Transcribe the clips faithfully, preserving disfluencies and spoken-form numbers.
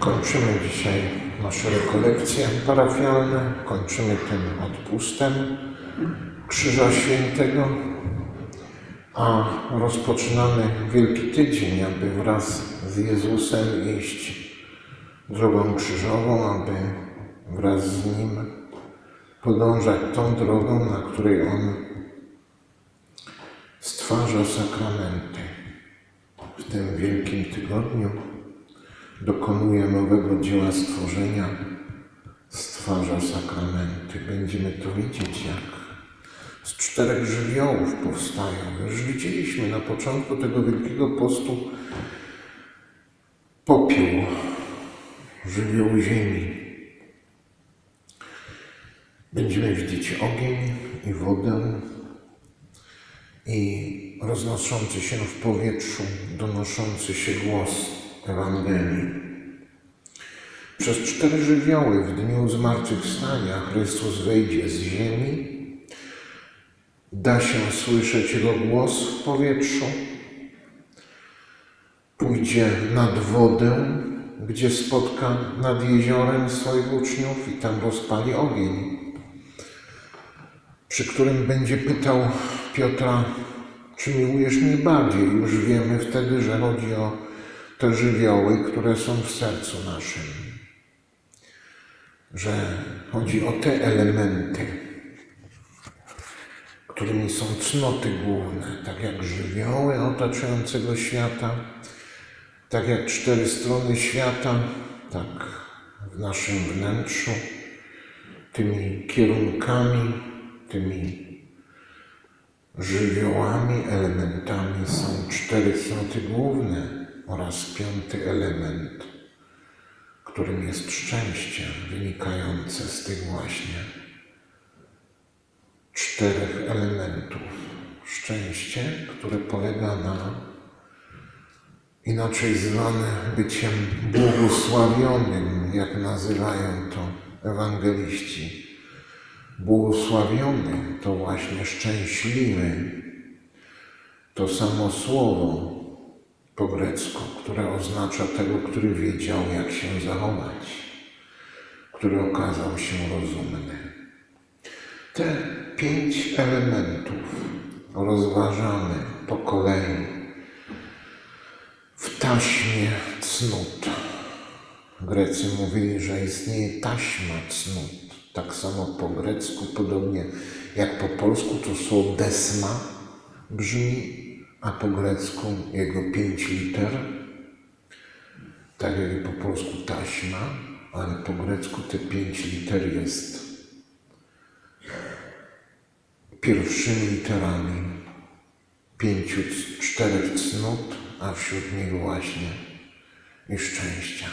Kończymy dzisiaj nasze rekolekcje parafialne, kończymy tym odpustem Krzyża Świętego, a rozpoczynamy Wielki Tydzień, aby wraz z Jezusem iść drogą krzyżową, aby wraz z Nim podążać tą drogą, na której On stwarza sakramenty. W tym Wielkim Tygodniu dokonuje nowego dzieła stworzenia, stwarza sakramenty. Będziemy to widzieć, jak z czterech żywiołów powstają. Już widzieliśmy na początku tego Wielkiego Postu popiół, żywioł ziemi. Będziemy widzieć ogień i wodę i roznoszący się w powietrzu, donoszący się głos Ewangelii. Przez cztery żywioły w dniu zmartwychwstania Chrystus wejdzie z ziemi, da się słyszeć Jego głos w powietrzu, pójdzie nad wodę, gdzie spotka nad jeziorem swoich uczniów i tam rozpali ogień, przy którym będzie pytał Piotra, czy miłujesz mnie bardziej? Już wiemy wtedy, że chodzi o te żywioły, które są w sercu naszym. Że chodzi o te elementy, którymi są cnoty główne, tak jak żywioły otaczającego świata, tak jak cztery strony świata, tak w naszym wnętrzu, tymi kierunkami, tymi żywiołami, elementami są cztery cnoty główne oraz piąty element, którym jest szczęście wynikające z tych właśnie czterech elementów. Szczęście, które polega na inaczej zwane byciem błogosławionym, jak nazywają to ewangeliści. Błogosławiony to właśnie szczęśliwy. To samo słowo po grecku, które oznacza tego, który wiedział, jak się zachować, który okazał się rozumny. Te pięć elementów rozważamy po kolei w taśmie cnót. Grecy mówili, że istnieje taśma cnót. Tak samo po grecku, podobnie jak po polsku, to słowo desma brzmi, a po grecku jego pięć liter, tak jak i po polsku taśma, ale po grecku te pięć liter jest pierwszymi literami pięciu, czterech cnót, a wśród nich właśnie i szczęścia.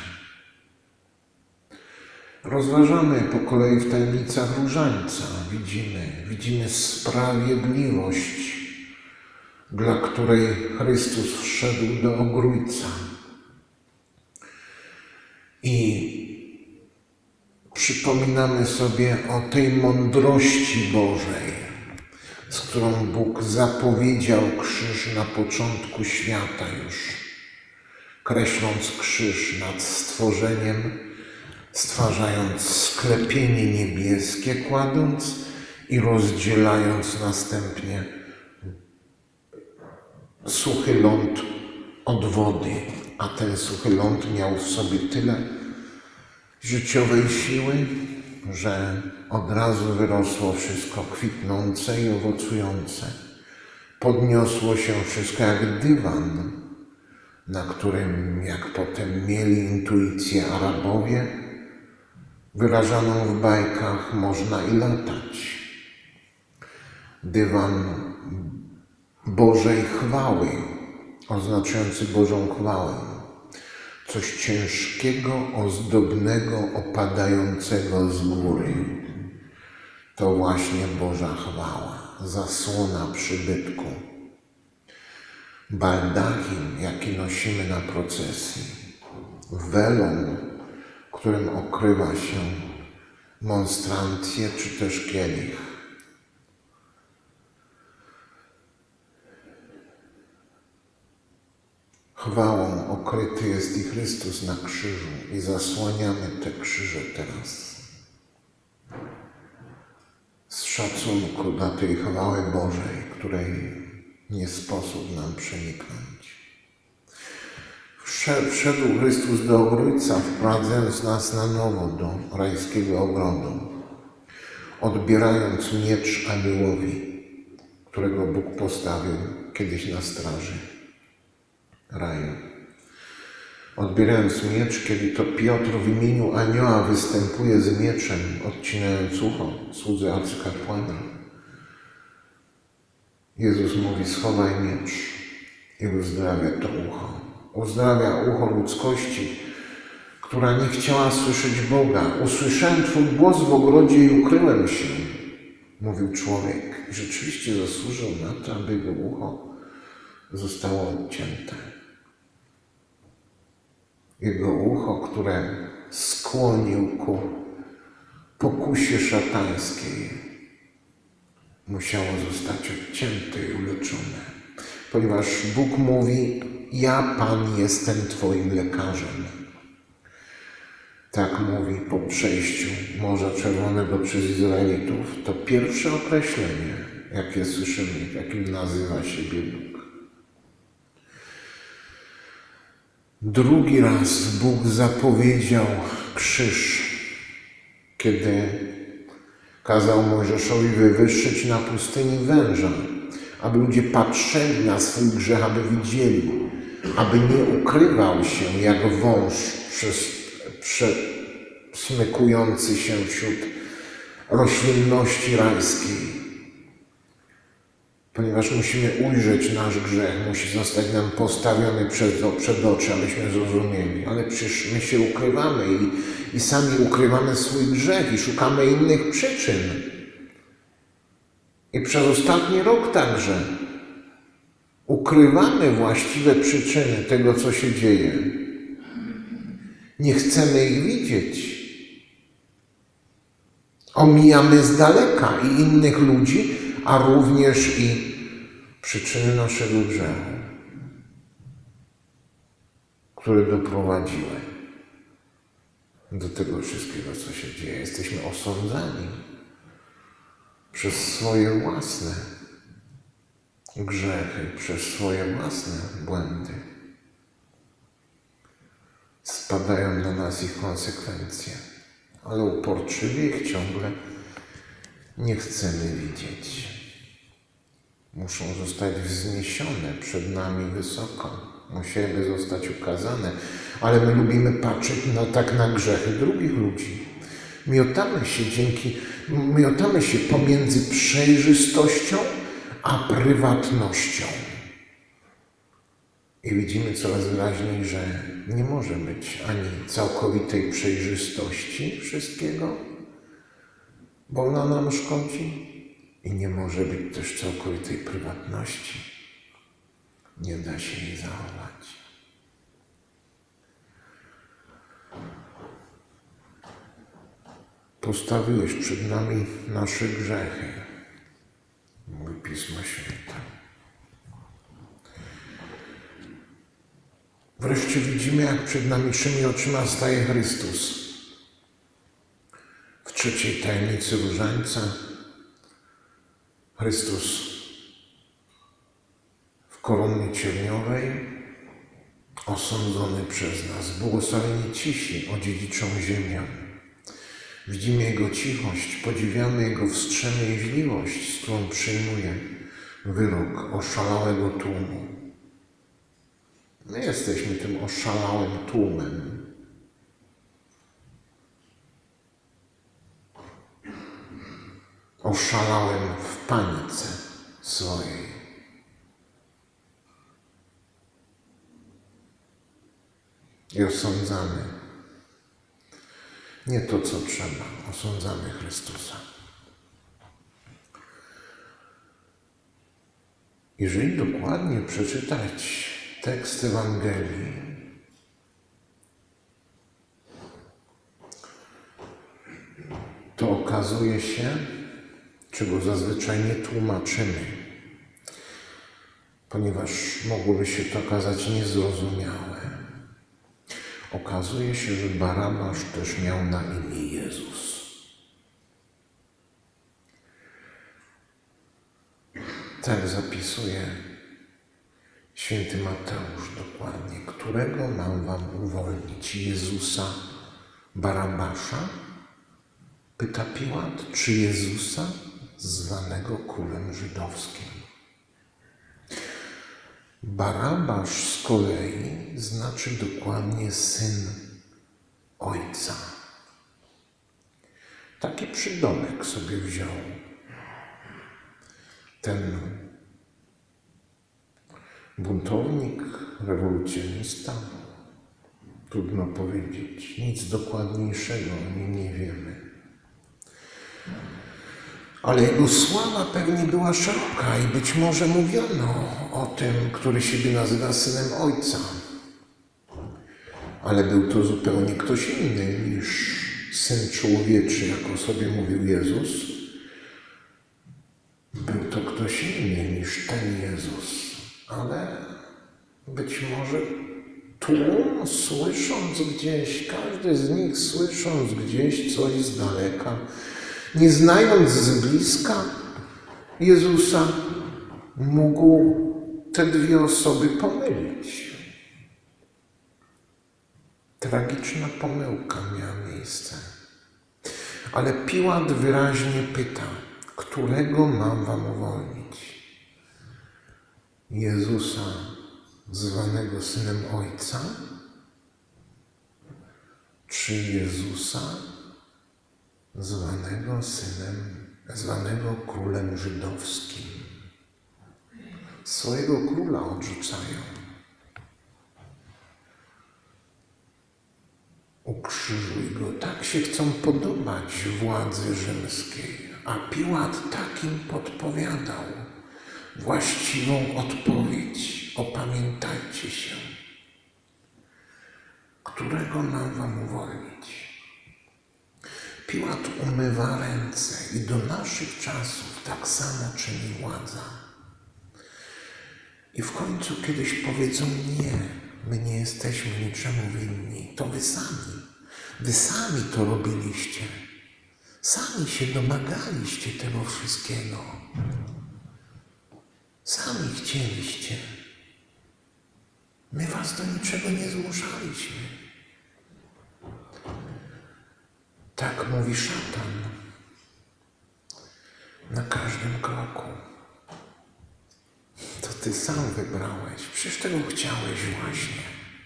Rozważamy po kolei w tajemnicach różańca. Widzimy, widzimy sprawiedliwość, dla której Chrystus wszedł do Ogrójca. I przypominamy sobie o tej mądrości Bożej, z którą Bóg zapowiedział krzyż na początku świata już, kreśląc krzyż nad stworzeniem, stwarzając sklepienie niebieskie, kładąc i rozdzielając następnie suchy ląd od wody, a ten suchy ląd miał w sobie tyle życiowej siły, że od razu wyrosło wszystko kwitnące i owocujące. Podniosło się wszystko jak dywan, na którym, jak potem mieli intuicję Arabowie, wyrażaną w bajkach, można i latać. Dywan Bożej chwały, oznaczający Bożą chwałę. Coś ciężkiego, ozdobnego, opadającego z góry. To właśnie Boża chwała, zasłona przybytku. Baldachin, jaki nosimy na procesji. Welon, którym okrywa się monstrancję czy też kielich. chwałą okryty jest i Chrystus na krzyżu i zasłaniamy te krzyże teraz. Z szacunku dla tej chwały Bożej, której nie sposób nam przeniknąć. Wszedł Chrystus do Ojca, wprowadzając nas na nowo do rajskiego ogrodu, odbierając miecz aniołowi, którego Bóg postawił kiedyś na straży raju. Odbierając miecz, kiedy to Piotr w imieniu anioła występuje z mieczem, odcinając ucho słudze arcykapłana, Jezus mówi: schowaj miecz i uzdrawia to ucho. Uzdrawia ucho ludzkości, która nie chciała słyszeć Boga. Usłyszałem Twój głos w ogrodzie i ukryłem się, mówił człowiek. I rzeczywiście zasłużył na to, aby jego ucho zostało odcięte. Jego ucho, które skłonił ku pokusie szatańskiej, musiało zostać odcięte i uleczone. Ponieważ Bóg mówi: ja, Pan, jestem Twoim lekarzem. Tak mówi po przejściu Morza Czerwonego przez Izraelitów. To pierwsze określenie, jakie słyszymy, jakim nazywa siebie Bóg. Drugi raz Bóg zapowiedział krzyż, kiedy kazał Mojżeszowi wywyższyć na pustyni węża, aby ludzie patrzyli na swój grzech, aby widzieli, aby nie ukrywał się jak wąż przesmykujący się wśród roślinności rajskiej. Ponieważ musimy ujrzeć nasz grzech, musi zostać nam postawiony przed, przed oczy, abyśmy zrozumieli. Ale przecież my się ukrywamy i, i sami ukrywamy swój grzech i szukamy innych przyczyn. I przez ostatni rok także ukrywamy właściwe przyczyny tego, co się dzieje. Nie chcemy ich widzieć. Omijamy z daleka i innych ludzi, a również i przyczyny naszego grzechu, które doprowadziły do tego wszystkiego, co się dzieje. Jesteśmy osądzani przez swoje własne grzechy, przez swoje własne błędy. Spadają na nas ich konsekwencje, ale uporczywie ich ciągle nie chcemy widzieć. Muszą zostać wzniesione przed nami wysoko. Musiałyby zostać ukazane, ale my lubimy patrzeć na, tak na grzechy drugich ludzi. Miotamy się dzięki, miotamy się pomiędzy przejrzystością a prywatnością. I widzimy coraz wyraźniej, że nie może być ani całkowitej przejrzystości wszystkiego, bo ona nam szkodzi, i nie może być też całkowitej prywatności. Nie da się jej zachować. Postawiłeś przed nami nasze grzechy, mówi Pismo Święte. Wreszcie widzimy, jak przed naszymi oczyma staje Chrystus. W trzeciej tajemnicy różańca Chrystus w koronnie cierniowej, osądzony przez nas, błogosławieni cisi, odziedziczą ziemię. Widzimy Jego cichość, podziwiamy Jego wstrzemięźliwość, z którą przyjmuje wyrok oszalałego tłumu. My jesteśmy tym oszalałym tłumem. Oszalałem w panice swojej. I osądzamy nie to, co trzeba. Osądzamy Chrystusa. Jeżeli dokładnie przeczytać tekst Ewangelii, to okazuje się, czego zazwyczaj nie tłumaczymy, ponieważ mogłoby się to okazać niezrozumiałe. Okazuje się, że Barabasz też miał na imię Jezus. Tak zapisuje święty Mateusz dokładnie. Którego mam wam uwolnić? Jezusa, Barabasza? Pyta Piłat, czy Jezusa, zwanego królem żydowskim? Barabasz z kolei znaczy dokładnie syn ojca. Taki przydomek sobie wziął ten buntownik, rewolucjonista. Trudno powiedzieć, nic dokładniejszego o nim nie wiemy. Ale jego sława pewnie była szeroka i być może mówiono o tym, który siebie nazywa synem ojca. Ale był to zupełnie ktoś inny niż syn człowieczy, jak o sobie mówił Jezus. Był to ktoś inny niż ten Jezus. Ale być może tłum, słysząc gdzieś, każdy z nich słysząc gdzieś coś z daleka, nie znając z bliska Jezusa, mógł te dwie osoby pomylić. Tragiczna pomyłka miała miejsce. Ale Piłat wyraźnie pyta, którego mam wam uwolnić? Jezusa, zwanego synem Ojca, czy Jezusa, zwanego synem, zwanego królem żydowskim? Swojego króla odrzucają. Ukrzyżuj go. Tak się chcą podobać władzy rzymskiej. A Piłat takim podpowiadał właściwą odpowiedź. Opamiętajcie się. Którego mam wam uwolnić? Piłat umywa ręce i do naszych czasów tak samo czyni władza. I w końcu kiedyś powiedzą nie, my nie jesteśmy niczemu winni, to wy sami, wy sami to robiliście, sami się domagaliście tego wszystkiego, sami chcieliście, my was do niczego nie zmuszaliśmy. Tak mówi szatan na każdym kroku. To ty sam wybrałeś, przecież tego chciałeś właśnie.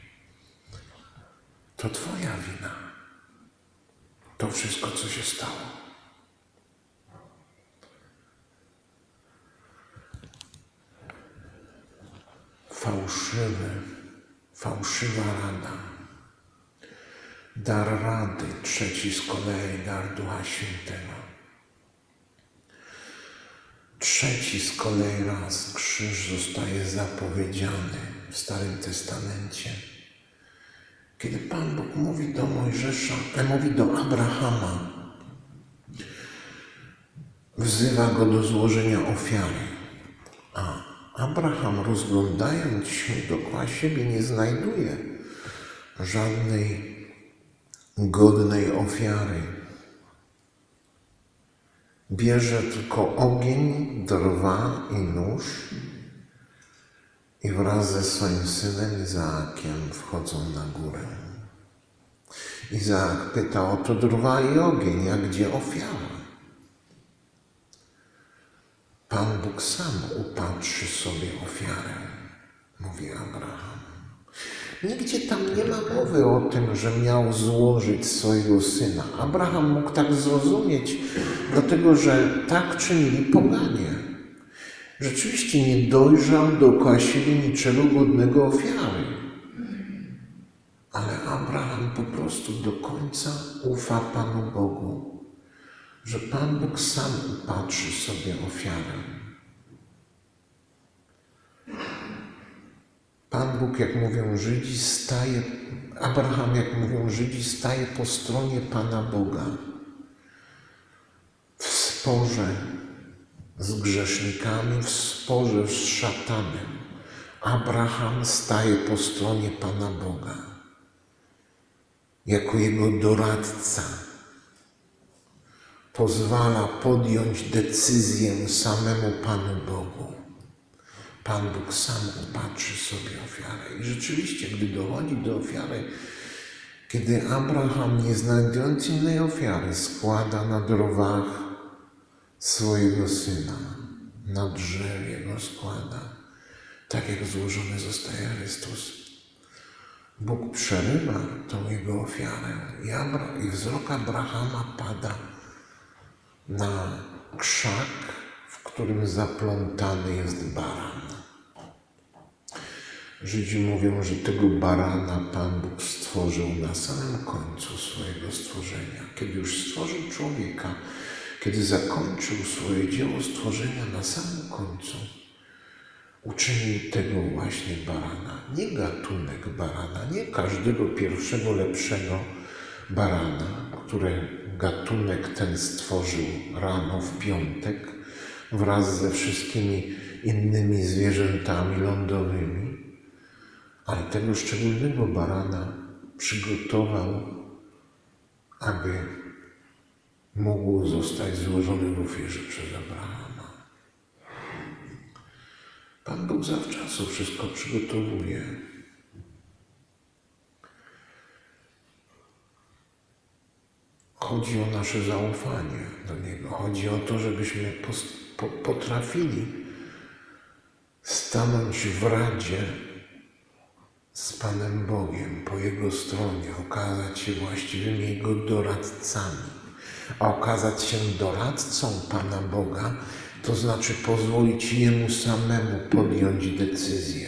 To twoja wina. To wszystko, co się stało. Fałszywy, fałszywa rada. Dar rady, trzeci z kolei dar Ducha Świętego. Trzeci z kolei raz krzyż zostaje zapowiedziany w Starym Testamencie. Kiedy Pan Bóg mówi do Mojżesza, e, mówi do Abrahama, wzywa go do złożenia ofiary. A Abraham, rozglądając się dookoła siebie, nie znajduje żadnej godnej ofiary. Bierze tylko ogień, drwa i nóż i wraz ze swoim synem Izaakiem wchodzą na górę. Izaak pyta o to drwa i ogień, a gdzie ofiara? Pan Bóg sam upatrzy sobie ofiarę, mówi Abraham. Nigdzie tam nie ma mowy o tym, że miał złożyć swojego syna. Abraham mógł tak zrozumieć, dlatego że tak czynili poganie. Rzeczywiście nie dojrzał dookoła siebie niczego godnego ofiary. Ale Abraham po prostu do końca ufa Panu Bogu, że Pan Bóg sam upatrzy sobie ofiarę. Pan Bóg, jak mówią Żydzi, staje, Abraham, jak mówią Żydzi, staje po stronie Pana Boga w sporze z grzesznikami, w sporze z szatanem. Abraham staje po stronie Pana Boga jako jego doradca. Pozwala podjąć decyzję samemu Panu Bogu. Pan Bóg sam upatrzy sobie ofiarę. I rzeczywiście, gdy dochodzi do ofiary, kiedy Abraham, nie znajdując innej ofiary, składa na drowach swojego syna, na drzewie go składa, tak jak złożony zostaje Chrystus. Bóg przerywa tą jego ofiarę i, Abra- i wzrok Abrahama pada na krzak, w którym zaplątany jest baran. Żydzi mówią, że tego barana Pan Bóg stworzył na samym końcu swojego stworzenia. Kiedy już stworzył człowieka, kiedy zakończył swoje dzieło stworzenia na samym końcu, uczynił tego właśnie barana. Nie gatunek barana, nie każdego pierwszego, lepszego barana, który gatunek ten stworzył rano w piątek wraz ze wszystkimi innymi zwierzętami lądowymi, ale tego szczególnego barana przygotował, aby mógł zostać złożony w ofierze przez Abrahama. Pan Bóg zawczasu wszystko przygotowuje. Chodzi o nasze zaufanie do Niego. Chodzi o to, żebyśmy potrafili stanąć w radzie z Panem Bogiem, po Jego stronie, okazać się właściwymi Jego doradcami. A okazać się doradcą Pana Boga, to znaczy pozwolić Jemu samemu podjąć decyzję.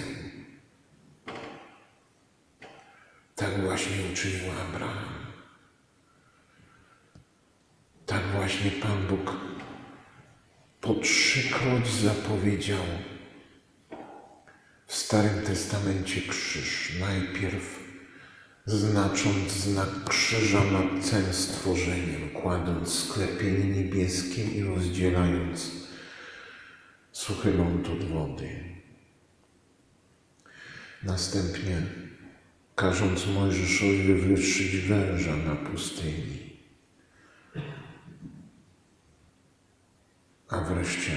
Tak właśnie uczynił Abraham. Tak właśnie Pan Bóg po trzykroć zapowiedział w Starym Testamencie krzyż. Najpierw znacząc znak krzyża nad całym stworzeniem, kładąc sklepienie niebieskie i rozdzielając suchy ląd od wody. Następnie każąc Mojżeszowi wywietrzyć węża na pustyni. A wreszcie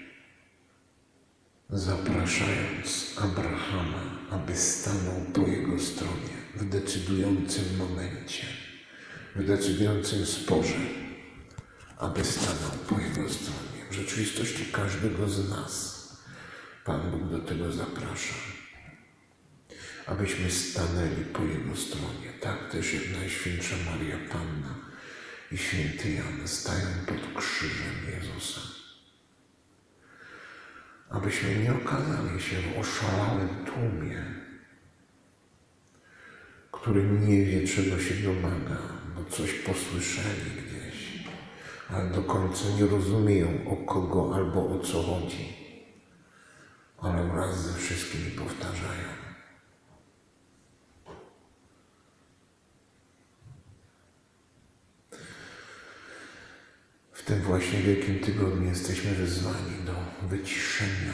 zapraszając Abrahama, aby stanął po jego stronie w decydującym momencie, w decydującym sporze, aby stanął po jego stronie. W rzeczywistości każdego z nas Pan Bóg do tego zaprasza, abyśmy stanęli po jego stronie. Tak też jak Najświętsza Maria Panna i święty Jan stają pod krzyżem Jezusa. Abyśmy nie okazali się w oszalałym tłumie, który nie wie, czego się domaga, bo coś posłyszeli gdzieś, ale do końca nie rozumieją, o kogo albo o co chodzi, ale wraz ze wszystkimi powtarzają. W tym właśnie Wielkim Tygodniu jesteśmy wezwani do wyciszenia,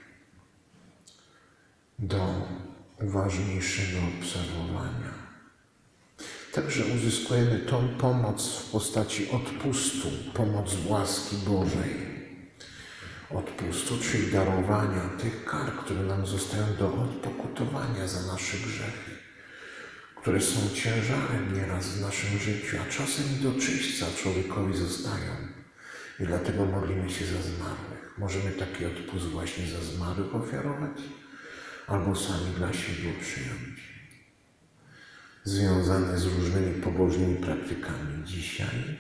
do uważniejszego obserwowania. Także uzyskujemy tą pomoc w postaci odpustu, pomoc łaski Bożej. Odpustu, czyli darowania tych kar, które nam zostają do odpokutowania za nasze grzechy, które są ciężarem nieraz w naszym życiu, a czasem i do czyśćca człowiekowi zostają. I dlatego modlimy się za zmarłych. Możemy taki odpust właśnie za zmarłych ofiarować, albo sami dla siebie przyjąć. Związane z różnymi pobożnymi praktykami dzisiaj,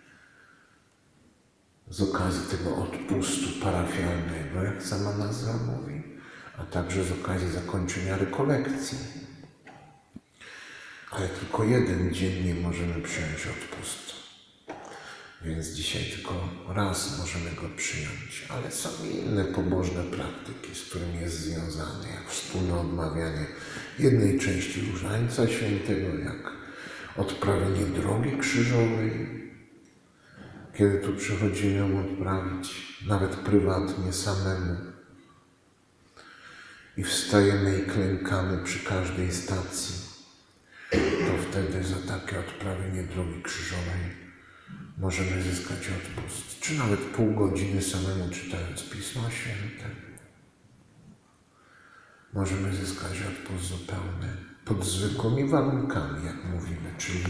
z okazji tego odpustu parafialnego, jak sama nazwa mówi, a także z okazji zakończenia rekolekcji. Ale tylko jeden dziennie możemy przyjąć odpust. Więc dzisiaj tylko raz możemy go przyjąć. Ale są inne pobożne praktyki, z którymi jest związane, jak wspólne odmawianie jednej części Różańca Świętego, jak odprawienie drogi krzyżowej, kiedy tu przychodzimy ją odprawić, nawet prywatnie samemu. i wstajemy i klękamy przy każdej stacji, to wtedy za takie odprawienie drogi krzyżowej możemy zyskać odpust, czy nawet pół godziny samemu czytając Pismo Święte. Możemy zyskać odpust zupełny, pod zwykłymi warunkami, jak mówimy, czyli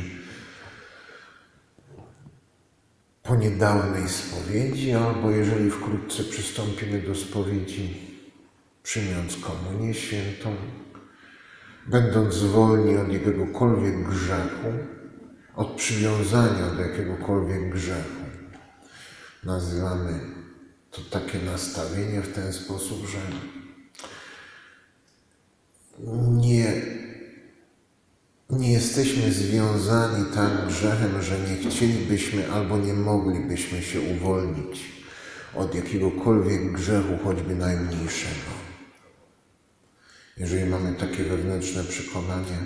po niedawnej spowiedzi, albo jeżeli wkrótce przystąpimy do spowiedzi, przyjmując komunię świętą, będąc wolni od jakiegokolwiek grzechu, od przywiązania do jakiegokolwiek grzechu. Nazywamy to takie nastawienie w ten sposób, że nie, nie jesteśmy związani tak grzechem, że nie chcielibyśmy albo nie moglibyśmy się uwolnić od jakiegokolwiek grzechu, choćby najmniejszego. Jeżeli mamy takie wewnętrzne przekonanie,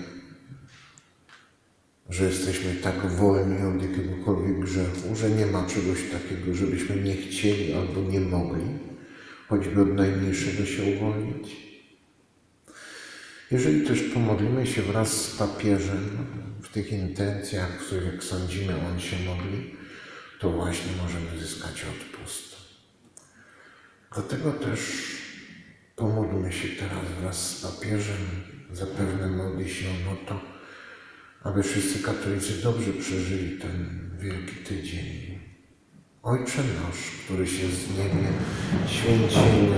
że jesteśmy tak wolni od jakiegokolwiek grzechu, że nie ma czegoś takiego, żebyśmy nie chcieli albo nie mogli, choćby od najmniejszego się uwolnić. Jeżeli też pomodlimy się wraz z papieżem w tych intencjach, w których, jak sądzimy, on się modli, to właśnie możemy zyskać odpust. Dlatego też pomódlmy się teraz wraz z papieżem, zapewne modli się on o to, aby wszyscy katolicy dobrze przeżyli ten wielki tydzień. Ojcze nasz, któryś jest w niebie, święci imię